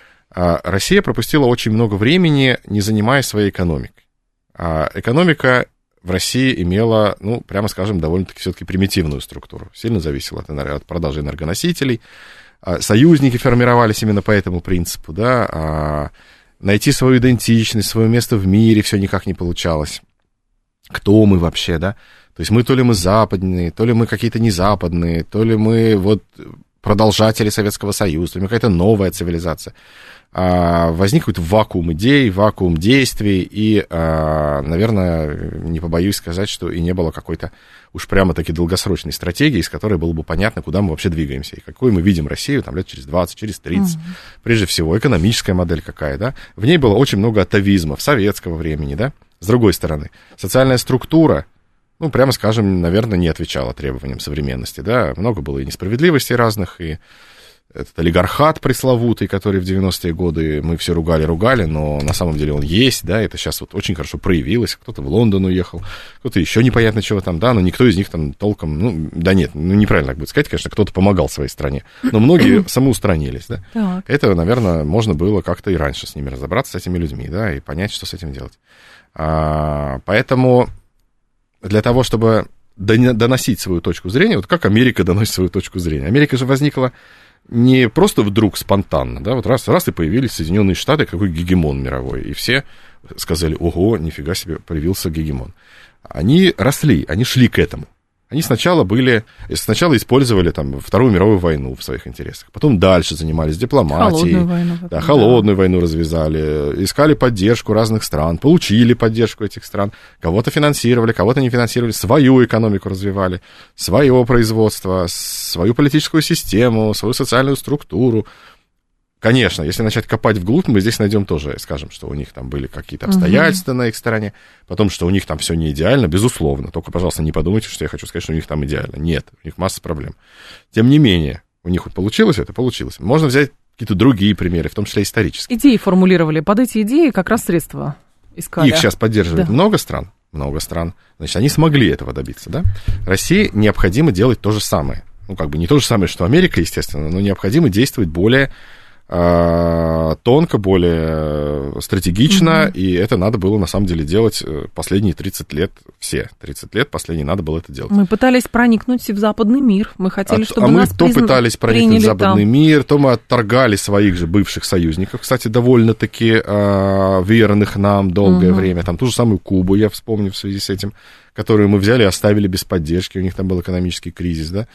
S3: Россия пропустила очень много времени, не занимаясь своей экономикой. Экономика в России имела, ну, прямо скажем, довольно-таки все-таки примитивную структуру. Сильно зависела от продажи энергоносителей. Союзники формировались именно по этому принципу, да. Найти свою идентичность, свое место в мире все никак не получалось. Кто мы вообще, да? То есть мы то ли мы западные, то ли мы какие-то незападные, то ли мы вот продолжатели Советского Союза, то ли мы какая-то новая цивилизация. Возник какой-то вакуум идей, вакуум действий, и, наверное, не побоюсь сказать, что и не было какой-то уж прямо-таки долгосрочной стратегии, из которой было бы понятно, куда мы вообще двигаемся, и какую мы видим Россию там, лет через 20, через 30. Прежде всего, экономическая модель какая, да? В ней было очень много атавизмов советского времени, да? С другой стороны, социальная структура, ну, прямо скажем, наверное, не отвечала требованиям современности, да? Много было и несправедливостей разных, и этот олигархат пресловутый, который в 90-е годы мы все ругали, но на самом деле он есть, да, это сейчас вот очень хорошо проявилось, кто-то в Лондон уехал, кто-то еще непонятно чего там, да, но никто из них там толком, ну, да нет, ну, неправильно так будет сказать, конечно, кто-то помогал своей стране, но многие самоустранились, да. Так. Это, наверное, можно было как-то и раньше с ними разобраться, с этими людьми, да, и понять, что с этим делать. Поэтому для того, чтобы доносить свою точку зрения, вот как Америка доносит свою точку зрения, Америка же возникла не просто вдруг спонтанно, да, вот раз и появились Соединенные Штаты, какой гегемон мировой, и все сказали, ого, нифига себе, появился гегемон. Они росли, они шли к этому. Они сначала использовали там Вторую мировую войну в своих интересах, потом дальше занимались дипломатией. Холодную войну развязали, искали поддержку разных стран, получили поддержку этих стран, кого-то финансировали, кого-то не финансировали, свою экономику развивали, свое производство, свою политическую систему, свою социальную структуру. Конечно, если начать копать вглубь, мы здесь найдем тоже, скажем, что у них там были какие-то обстоятельства на их стороне, потом, что у них там все не идеально, безусловно. Только, пожалуйста, не подумайте, что я хочу сказать, что у них там идеально. Нет, у них масса проблем. Тем не менее, у них получилось это? Получилось. Можно взять какие-то другие примеры, в том числе исторические.
S2: Идеи формулировали. Под эти идеи как раз средства искали.
S3: Их сейчас поддерживает много стран. Значит, они смогли этого добиться, да? России необходимо делать то же самое. Ну, как бы не то же самое, что Америка, естественно, но необходимо действовать более тонко, более стратегично, и это надо было, на самом деле, делать последние 30 лет, все 30 лет последние надо было это делать.
S2: Мы пытались проникнуть в западный мир, мы хотели, чтобы нас
S3: то пытались проникнуть в западный мир, то мы отторгали своих же бывших союзников, кстати, довольно-таки верных нам долгое время, там ту же самую Кубу, я вспомню в связи с этим, которую мы взяли и оставили без поддержки, у них там был экономический кризис, да.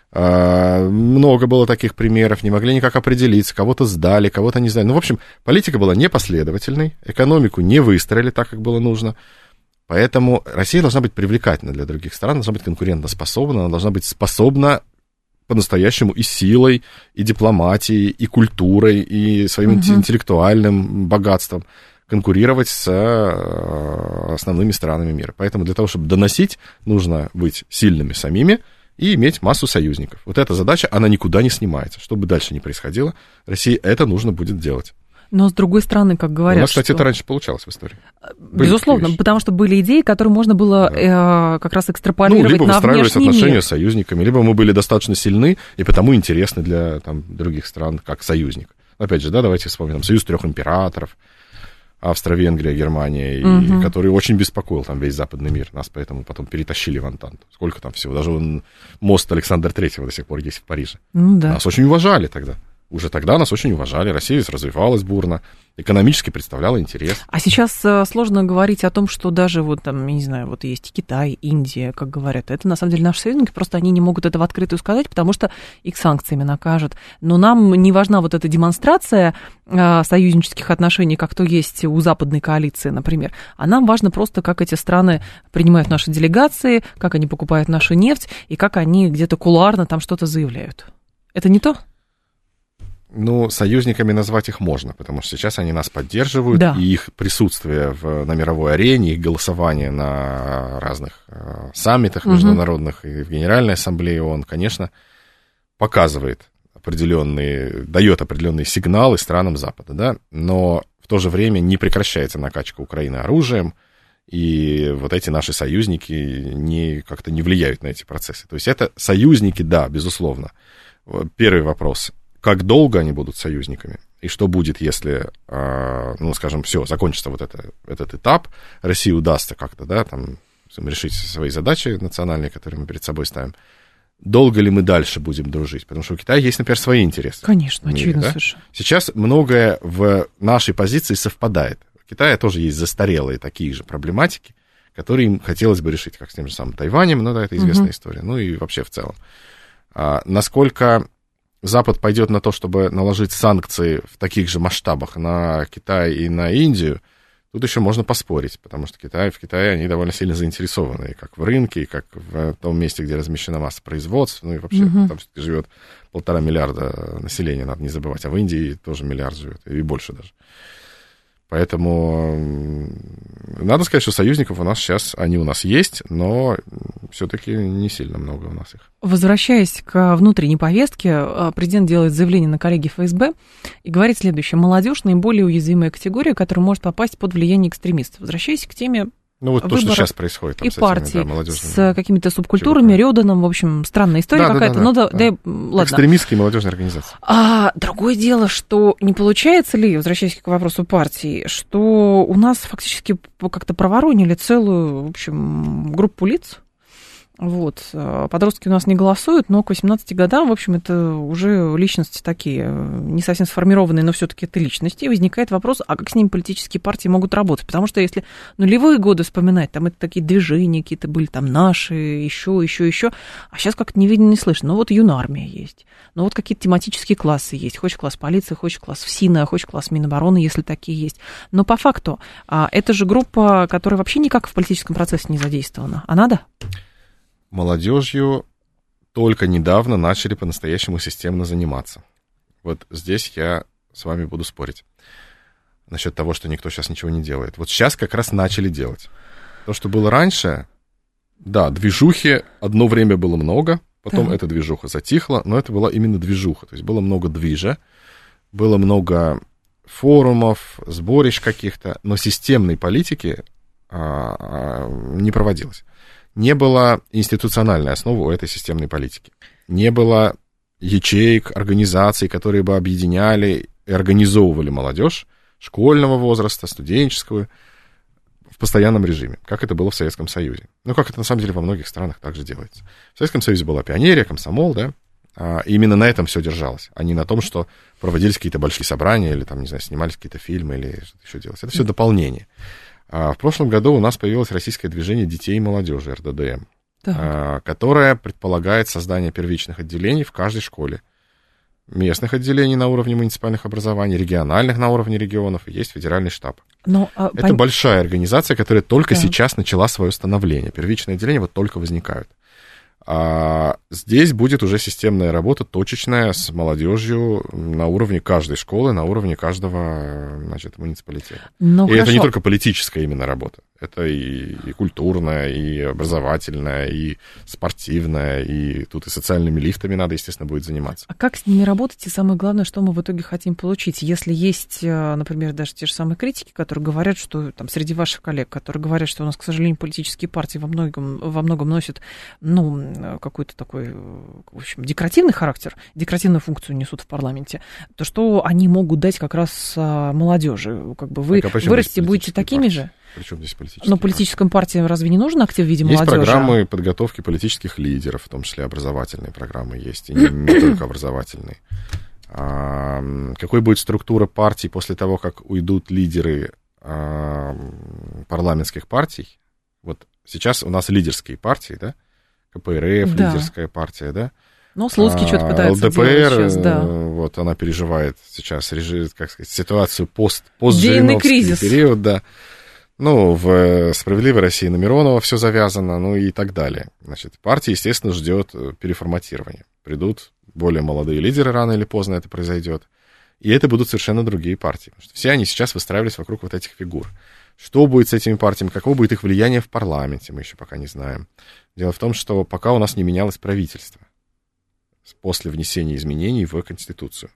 S3: Много было таких примеров, не могли никак определиться, кого-то сдали, кого-то не сдали. Ну, в общем, политика была непоследовательной, экономику не выстроили так, как было нужно. Поэтому Россия должна быть привлекательна для других стран, должна быть конкурентоспособна, она должна быть способна по-настоящему и силой, и дипломатией, и культурой, и своим интеллектуальным богатством конкурировать с основными странами мира. Поэтому для того, чтобы доносить, нужно быть сильными самими и иметь массу союзников. Вот эта задача, она никуда не снимается. Что бы дальше ни происходило, России это нужно будет делать.
S2: Но, с другой стороны, как говорят...
S3: У нас, кстати, это раньше получалось в истории.
S2: Безусловно, потому что были идеи, которые можно было как раз экстраполировать
S3: либо
S2: на внешний мир.
S3: либо выстраивались отношения с союзниками, либо мы были достаточно сильны и потому интересны для других стран как союзник. Опять же, давайте вспомним Союз трех императоров, Австро-Венгрия, Германия, который очень беспокоил весь западный мир. Нас поэтому потом перетащили в Антанту. Сколько там всего? Даже мост Александра Третьего до сих пор есть в Париже. Нас очень уважали тогда. Уже тогда нас очень уважали, Россия развивалась бурно, экономически представляла интерес.
S2: А сейчас сложно говорить о том, что даже я не знаю, есть Китай, Индия, как говорят, это на самом деле наши союзники, просто они не могут этого открыто сказать, потому что их санкциями накажут. Но нам не важна эта демонстрация союзнических отношений, как то есть у западной коалиции, например, а нам важно просто, как эти страны принимают наши делегации, как они покупают нашу нефть и как они где-то кулуарно там что-то заявляют. Это не то?
S3: Союзниками назвать их можно, потому что сейчас они нас поддерживают, и их присутствие на мировой арене, их голосование на разных саммитах международных и в Генеральной Ассамблее ООН, конечно, дает определенные сигналы странам Запада, да, но в то же время не прекращается накачка Украины оружием, и эти наши союзники как-то не влияют на эти процессы. То есть это союзники, да, безусловно. Первый вопрос – как долго они будут союзниками, и что будет, если, все, закончится этот этап, России удастся как-то, решить свои задачи национальные, которые мы перед собой ставим. Долго ли мы дальше будем дружить? Потому что у Китая есть, например, свои интересы.
S2: Конечно, очевидно, совершенно.
S3: Сейчас многое в нашей позиции совпадает. У Китая тоже есть застарелые такие же проблематики, которые им хотелось бы решить, как с тем же самым Тайванем, это известная история, и вообще в целом. Насколько Запад пойдет на то, чтобы наложить санкции в таких же масштабах на Китай и на Индию, тут еще можно поспорить, потому что в Китае они довольно сильно заинтересованы, и как в рынке, и как в том месте, где размещена масса производств, и вообще там живет 1,5 миллиарда населения, надо не забывать, а в Индии тоже миллиард живет, и больше даже. Поэтому надо сказать, что союзников у нас сейчас, они у нас есть, но все-таки не сильно много у нас их.
S2: Возвращаясь к внутренней повестке, президент делает заявление на коллегии ФСБ и говорит следующее. Молодежь – наиболее уязвимая категория, которая может попасть под влияние экстремистов. Возвращаясь к теме
S3: то, что сейчас происходит.
S2: И партии с какими-то субкультурами, Рёданом, в общем, странная история какая-то. Ладно.
S3: Экстремистские молодежные организации.
S2: Другое дело, что не получается ли, возвращаясь к вопросу партии, что у нас фактически как-то проворонили целую, в общем, группу лиц. Подростки у нас не голосуют, но к 18 годам, в общем, это уже личности такие, не совсем сформированные, но все-таки это личности. И возникает вопрос, а как с ними политические партии могут работать? Потому что если нулевые годы вспоминать, там это такие движения какие-то были, там наши, еще, а сейчас как-то не видно, не слышно. Юнармия есть, какие-то тематические классы есть. Хочешь класс полиции, хочешь класс ФСИНа, хочешь класс Минобороны, если такие есть. Но по факту, это же группа, которая вообще никак в политическом процессе не задействована. А надо?
S3: Молодежью только недавно начали по-настоящему системно заниматься. Здесь я с вами буду спорить насчет того, что никто сейчас ничего не делает. Сейчас как раз начали делать. То, что было раньше, да, движухи одно время было много, потом эта движуха затихла, но это была именно движуха. То есть было много движа, было много форумов, сборищ каких-то, но системной политики не проводилось. Не было институциональной основы у этой системной политики. Не было ячеек, организаций, которые бы объединяли и организовывали молодежь школьного возраста, студенческого, в постоянном режиме, как это было в Советском Союзе. Как это на самом деле во многих странах также делается. В Советском Союзе была пионерия, комсомол, да, и именно на этом все держалось, а не на том, что проводились какие-то большие собрания или снимались какие-то фильмы или что-то еще делалось. Это все дополнение. В прошлом году у нас появилось российское движение детей и молодежи, РДДМ, которое предполагает создание первичных отделений в каждой школе. Местных отделений на уровне муниципальных образований, региональных на уровне регионов, и есть федеральный штаб. Это большая организация, которая только сейчас начала свое становление. Первичные отделения только возникают. Здесь будет уже системная работа, точечная, с молодежью на уровне каждой школы, на уровне каждого, значит, муниципалитета.
S2: Ну,
S3: и
S2: хорошо.
S3: это не только политическая именно работа. Это и культурная, и образовательная, и спортивная, и тут и социальными лифтами надо, естественно, будет заниматься.
S2: А как с ними работать? И самое главное, что мы в итоге хотим получить? Если есть, например, даже те же самые критики, которые говорят, что там среди ваших коллег, которые говорят, что у нас, к сожалению, политические партии во многом носят, какой-то такой, в общем, декоративный характер, декоративную функцию несут в парламенте, то что они могут дать как раз молодежи? Как бы вы вырасти будете такими
S3: партии?
S2: же?
S3: Причем здесь политические?
S2: Но политическим партиям разве не нужен актив в виде молодежи?
S3: Есть программы подготовки политических лидеров, в том числе образовательные программы есть, и не только образовательные. Какой будет структура партий после того, как уйдут лидеры парламентских партий? Вот сейчас у нас лидерские партии, да? КПРФ, да. Лидерская партия, да?
S2: Ну, Слуцкий что-то пытается
S3: ЛДПР,
S2: делать сейчас, да.
S3: Вот она переживает сейчас, как сказать, ситуацию пост-жириновский период, да. В «Справедливой России» на Миронова все завязано, и так далее. Значит, партия, естественно, ждет переформатирования. Придут более молодые лидеры, рано или поздно это произойдет. И это будут совершенно другие партии. Потому что все они сейчас выстраивались вокруг вот этих фигур. Что будет с этими партиями, каково будет их влияние в парламенте, мы еще пока не знаем. Дело в том, что пока у нас не менялось правительство после внесения изменений в Конституцию.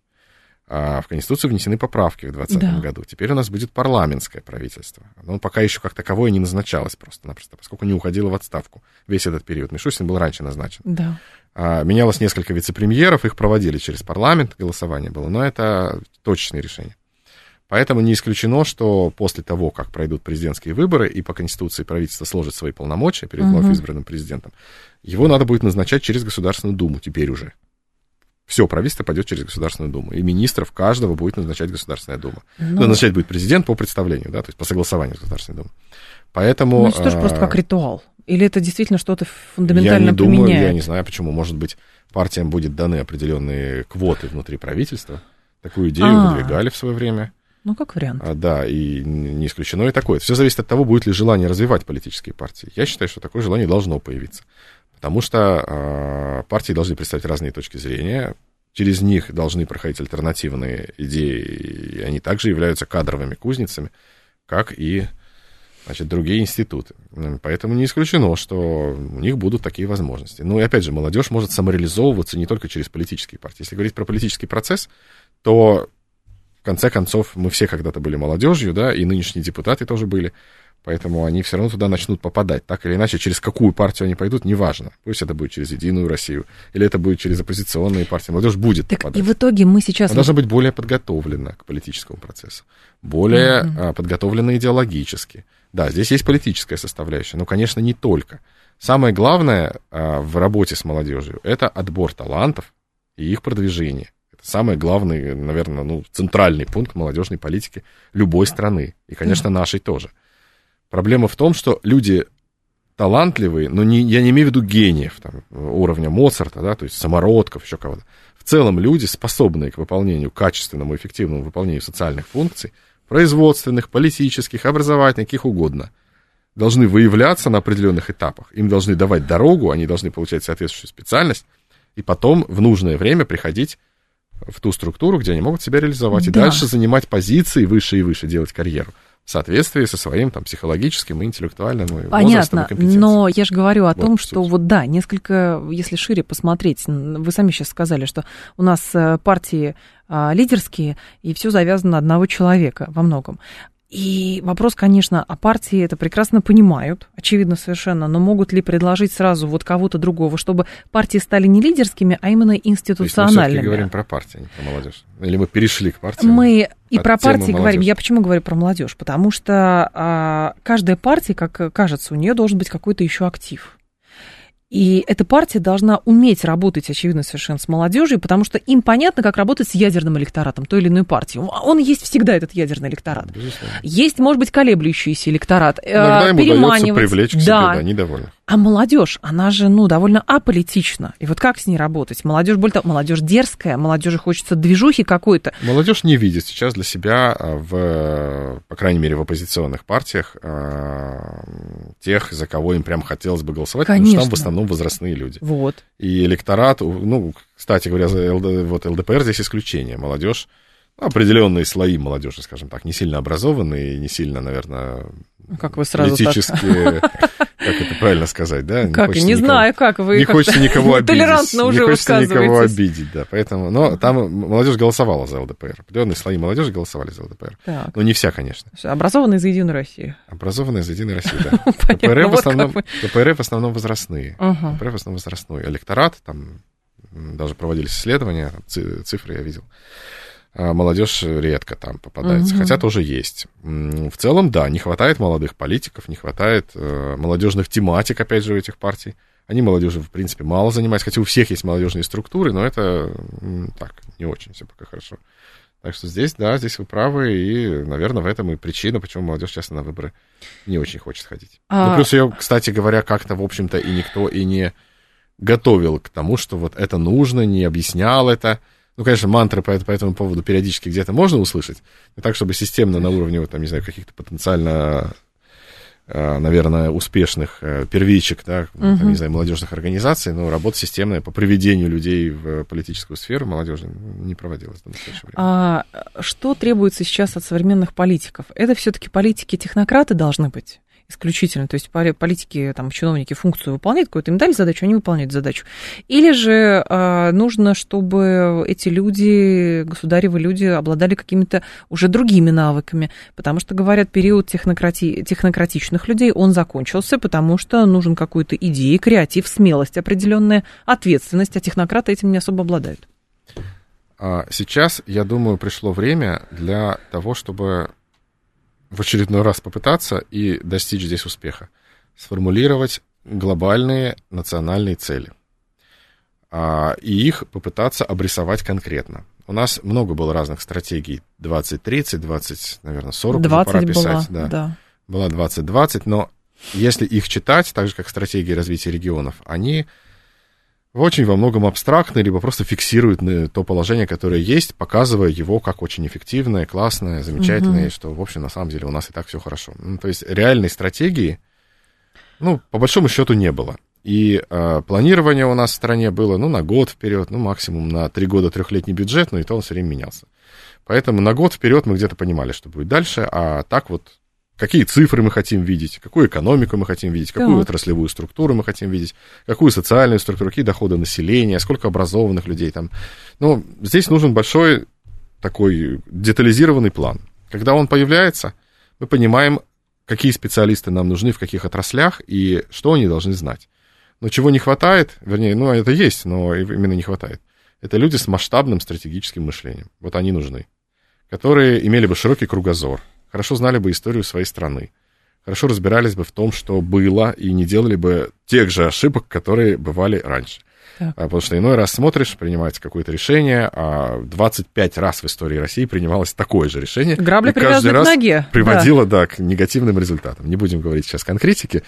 S3: В Конституцию внесены поправки в 2020 году. Теперь у нас будет парламентское правительство. Оно пока еще как таковое не назначалось просто-напросто, поскольку не уходило в отставку весь этот период. Мишустин был раньше назначен.
S2: Да.
S3: Менялось несколько вице-премьеров, их проводили через парламент, голосование было, но это точечные решения. Поэтому не исключено, что после того, как пройдут президентские выборы и по Конституции правительство сложит свои полномочия перед вновь избранным президентом, его надо будет назначать через Государственную Думу теперь уже. Все правительство пойдет через Государственную Думу, и министров каждого будет назначать Государственная Дума. Назначать будет президент по представлению, да, то есть по согласованию с Государственной Думой. Поэтому...
S2: это тоже просто как ритуал. Или это действительно что-то фундаментально поменяет?
S3: Я не знаю, почему. Может быть, партиям будет даны определенные квоты внутри правительства. Такую идею выдвигали в свое время.
S2: Как вариант.
S3: Да, и не исключено и такое. Все зависит от того, будет ли желание развивать политические партии. Я считаю, что такое желание должно появиться. Потому что партии должны представить разные точки зрения, через них должны проходить альтернативные идеи, и они также являются кадровыми кузницами, как и, значит, другие институты. Поэтому не исключено, что у них будут такие возможности. И опять же, молодежь может самореализовываться не только через политические партии. Если говорить про политический процесс, то, в конце концов, мы все когда-то были молодежью, да, и нынешние депутаты тоже были. Поэтому они все равно туда начнут попадать. Так или иначе, через какую партию они пойдут, неважно. Пусть это будет через «Единую Россию», или это будет через оппозиционные партии. Молодежь будет попадать.
S2: И в итоге мы сейчас...
S3: Она должна быть более подготовлена к политическому процессу. Более подготовлена идеологически. Да, здесь есть политическая составляющая, но, конечно, не только. Самое главное в работе с молодежью — это отбор талантов и их продвижение. Это самый главный, наверное, центральный пункт молодежной политики любой страны. И, конечно, нашей тоже. Проблема в том, что люди талантливые, но я не имею в виду гениев, там, уровня Моцарта, да, то есть самородков, еще кого-то. В целом люди, способные к выполнению, качественному, эффективному выполнению социальных функций, производственных, политических, образовательных, каких угодно, должны выявляться на определенных этапах. Им должны давать дорогу, они должны получать соответствующую специальность, и потом в нужное время приходить в ту структуру, где они могут себя реализовать, и дальше занимать позиции выше и выше, делать карьеру. В соответствии со своим психологическим и интеллектуальным возрастом и компетенцией. Но
S2: я же говорю о том, что несколько, если шире посмотреть, вы сами сейчас сказали, что у нас партии лидерские, и все завязано на одного человека во многом. И вопрос, конечно, партии это прекрасно понимают, очевидно совершенно, но могут ли предложить сразу кого-то другого, чтобы партии стали не лидерскими, а именно институциональными?
S3: То есть мы все-таки говорим про партии, а не про молодежь. Или мы перешли к партиям?
S2: Мы и про партии говорим. Я почему говорю про молодежь? Потому что каждая партия, как кажется, у нее должен быть какой-то еще актив. И эта партия должна уметь работать, очевидно, совершенно с молодежью, потому что им понятно, как работать с ядерным электоратом той или иной партии. Он есть всегда, этот ядерный электорат. Безусловно. Есть, может быть, колеблющийся электорат.
S3: Иногда ему удается привлечь к себе недовольных.
S2: А молодежь, она же, довольно аполитична. И вот как с ней работать? Молодежь, более того, молодежь дерзкая, молодежи хочется движухи какой-то.
S3: Молодежь не видит сейчас для себя, по крайней мере, в оппозиционных партиях, тех, за кого им прям хотелось бы голосовать,
S2: Конечно.
S3: потому что там в основном возрастные люди.
S2: Вот.
S3: И электорат, кстати говоря, вот ЛДПР здесь исключение. Молодежь, определенные слои молодежи, скажем так, не сильно образованные, не сильно, наверное,
S2: как вы сразу
S3: политически, как это правильно сказать, да?
S2: Не знаю, как вы...
S3: Не хочется никого обидеть.
S2: Толерантно уже высказываетесь.
S3: Не хочется никого обидеть, да. Поэтому, но там молодежь голосовала за ЛДПР. Определенные слои молодежи голосовали за ЛДПр.
S2: Так.
S3: Но не вся, конечно.
S2: Образованные за Единую Россию.
S3: Образованные за Единую Россию, да. КПРФ в основном возрастные. КПРФ в основном возрастной. Электорат, там даже проводились исследования, цифры я видел. Молодежь редко там попадается, хотя тоже есть. В целом, да, не хватает молодых политиков, не хватает молодежных тематик, опять же, у этих партий. Они молодежи, в принципе, мало занимаются, хотя у всех есть молодежные структуры, но это так, не очень все пока хорошо. Так что здесь, да, здесь вы правы, и, наверное, в этом и причина, почему молодежь часто на выборы не очень хочет ходить. Ну, плюс ее, кстати говоря, как-то, в общем-то, и никто и не готовил к тому, что вот это нужно, не объяснял это. Ну, конечно, мантры по этому поводу периодически где-то можно услышать, но так, чтобы системно на уровне, вот, там, не знаю, каких-то потенциально, наверное, успешных первичек, да, там, не знаю, молодежных организаций, но работа системная по приведению людей в политическую сферу молодежи не проводилась до настоящего времени.
S2: Что требуется сейчас от современных политиков? Это все-таки политики-технократы должны быть? Исключительно, то есть политики, там, чиновники функцию выполняют, какую-то им дали задачу, они выполняют задачу. Или же нужно, чтобы эти люди, государевы люди, обладали какими-то уже другими навыками, потому что, говорят, период технократичных людей, он закончился, потому что нужен какой-то идея, креатив, смелость определенная, ответственность, а технократы этим не особо обладают.
S3: Сейчас, я думаю, пришло время для того, чтобы в очередной раз попытаться и достичь здесь успеха. Сформулировать глобальные национальные цели. И их попытаться обрисовать конкретно. У нас много было разных стратегий. 2030, 20, наверное, 40 уже пора писать. Да. Была 2020, но если их читать, так же, как стратегии развития регионов, они очень во многом абстрактны, либо просто фиксируют то положение, которое есть, показывая его как очень эффективное, классное, замечательное, и что, в общем, на самом деле у нас и так все хорошо. То есть реальной стратегии, по большому счету, не было. И планирование у нас в стране было, на год вперед, максимум на 3 года трехлетний бюджет, но и то он все время менялся. Поэтому на год вперед мы где-то понимали, что будет дальше, а так вот какие цифры мы хотим видеть, какую экономику мы хотим видеть, какую отраслевую структуру мы хотим видеть, какую социальную структуру, какие доходы населения, сколько образованных людей там. Здесь нужен большой такой детализированный план. Когда он появляется, мы понимаем, какие специалисты нам нужны в каких отраслях и что они должны знать. Но чего не хватает, вернее, это есть, но именно не хватает. Это люди с масштабным стратегическим мышлением. Вот они нужны. Которые имели бы широкий кругозор, хорошо знали бы историю своей страны, хорошо разбирались бы в том, что было, и не делали бы тех же ошибок, которые бывали раньше. Потому что иной раз смотришь, принимается какое-то решение, а 25 раз в истории России принималось такое же решение.
S2: Грабли
S3: привязаны
S2: к ноге.
S3: Приводило, к негативным результатам. Не будем говорить сейчас конкретики,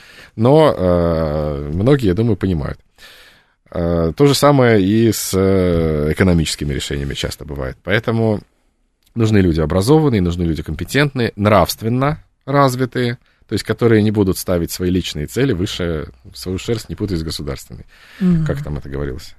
S3: но многие, я думаю, понимают. То же самое и с экономическими решениями часто бывает. Поэтому нужны люди образованные, нужны люди компетентные, нравственно развитые, то есть которые не будут ставить свои личные цели выше, свою шерсть не путать с государственной, как там это говорилось.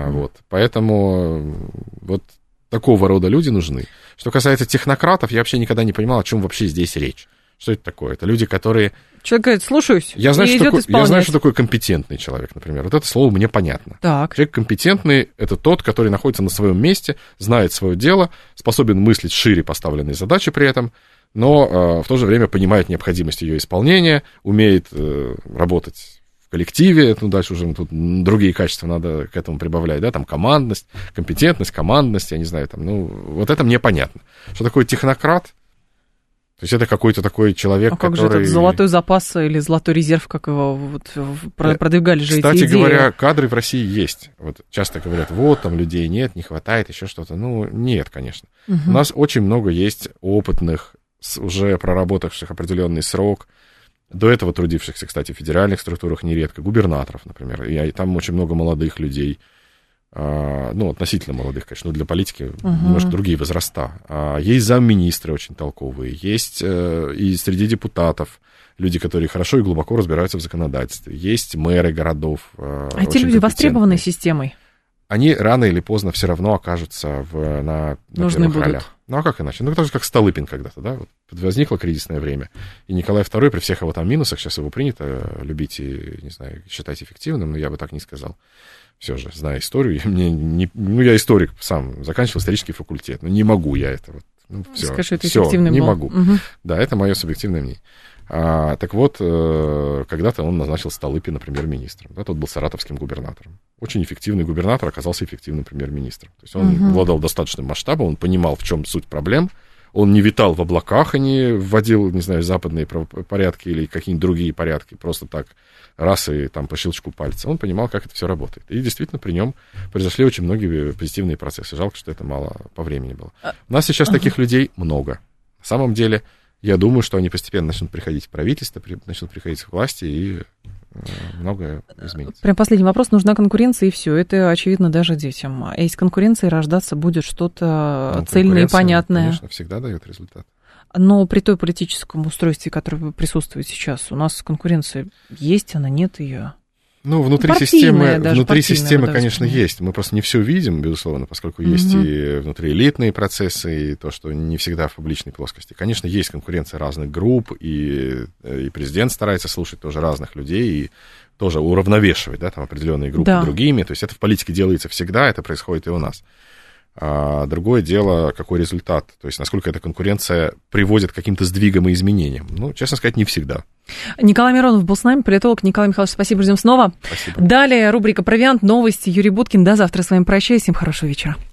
S3: Поэтому вот такого рода люди нужны. Что касается технократов, я вообще никогда не понимал, о чем вообще здесь речь. Что это такое? Это люди, которые...
S2: Человек говорит, слушаюсь,
S3: я знаю, что такое компетентный человек, например. Вот это слово мне понятно.
S2: Так.
S3: Человек компетентный — это тот, который находится на своем месте, знает свое дело, способен мыслить шире поставленные задачи при этом, но в то же время понимает необходимость ее исполнения, умеет работать в коллективе, дальше уже тут другие качества надо к этому прибавлять, да, там командность, компетентность, командность, я не знаю, там, вот это мне понятно. Что такое технократ? То есть это какой-то такой человек,
S2: который...
S3: как
S2: же этот золотой запас или золотой резерв, как его продвигали же эти идеи?
S3: Кстати говоря, кадры в России есть. Вот часто говорят, там людей нет, не хватает, еще что-то. Нет, конечно. У нас очень много есть опытных, уже проработавших определенный срок, до этого трудившихся, кстати, в федеральных структурах нередко, губернаторов, например, и там очень много молодых людей, ну, относительно молодых, конечно, но для политики немножко другие возраста. Есть замминистры очень толковые, есть и среди депутатов люди, которые хорошо и глубоко разбираются в законодательстве, есть мэры городов.
S2: Эти люди востребованы системой?
S3: Они рано или поздно все равно окажутся на первых ролях. Ну, а как иначе? Ну, так же, как Столыпин когда-то, да? Вот возникло кризисное время, и Николай II, при всех его там минусах, сейчас его принято любить и, не знаю, считать эффективным, но я бы так не сказал. Все же, зная историю, я историк сам, заканчивал исторический факультет, но не могу я это вот. Ну,
S2: скажи, это эффективным
S3: не
S2: был.
S3: Могу. Да, это мое субъективное мнение. Так вот, когда-то он назначил Столыпина премьер-министром. Да, тот был саратовским губернатором. Очень эффективный губернатор оказался эффективным премьер-министром. То есть он обладал достаточным масштабом, он понимал, в чем суть проблем. Он не витал в облаках и не вводил, не знаю, западные порядки или какие-нибудь другие порядки, просто так, раз и там по щелчку пальца. Он понимал, как это все работает. И действительно при нем произошли очень многие позитивные процессы. Жалко, что это мало по времени было. У нас сейчас таких людей много. На самом деле, я думаю, что они постепенно начнут приходить в правительство, начнут приходить в власти, и многое изменится.
S2: Прям последний вопрос. Нужна конкуренция, и все. Это очевидно даже детям. А из конкуренции рождаться будет что-то цельное и понятное.
S3: Конечно, всегда дает результат.
S2: Но при той политическом устройстве, которое присутствует сейчас, у нас конкуренция есть, она нет ее.
S3: Ну, внутри системы, конечно, есть. Мы просто не все видим, безусловно, поскольку есть и внутриэлитные процессы, и то, что не всегда в публичной плоскости. Конечно, есть конкуренция разных групп, и президент старается слушать тоже разных людей, и тоже уравновешивать, да, там определенные группы другими. То есть это в политике делается всегда, это происходит и у нас. А другое дело, какой результат, то есть насколько эта конкуренция приводит к каким-то сдвигам и изменениям. Ну, честно сказать, не всегда.
S2: Николай Миронов был с нами, политолог. Николай Михайлович, спасибо, ждем снова.
S3: Спасибо.
S2: Далее рубрика «Провиант», новости, Юрий Буткин. До завтра с вами прощаюсь, всем хорошего вечера.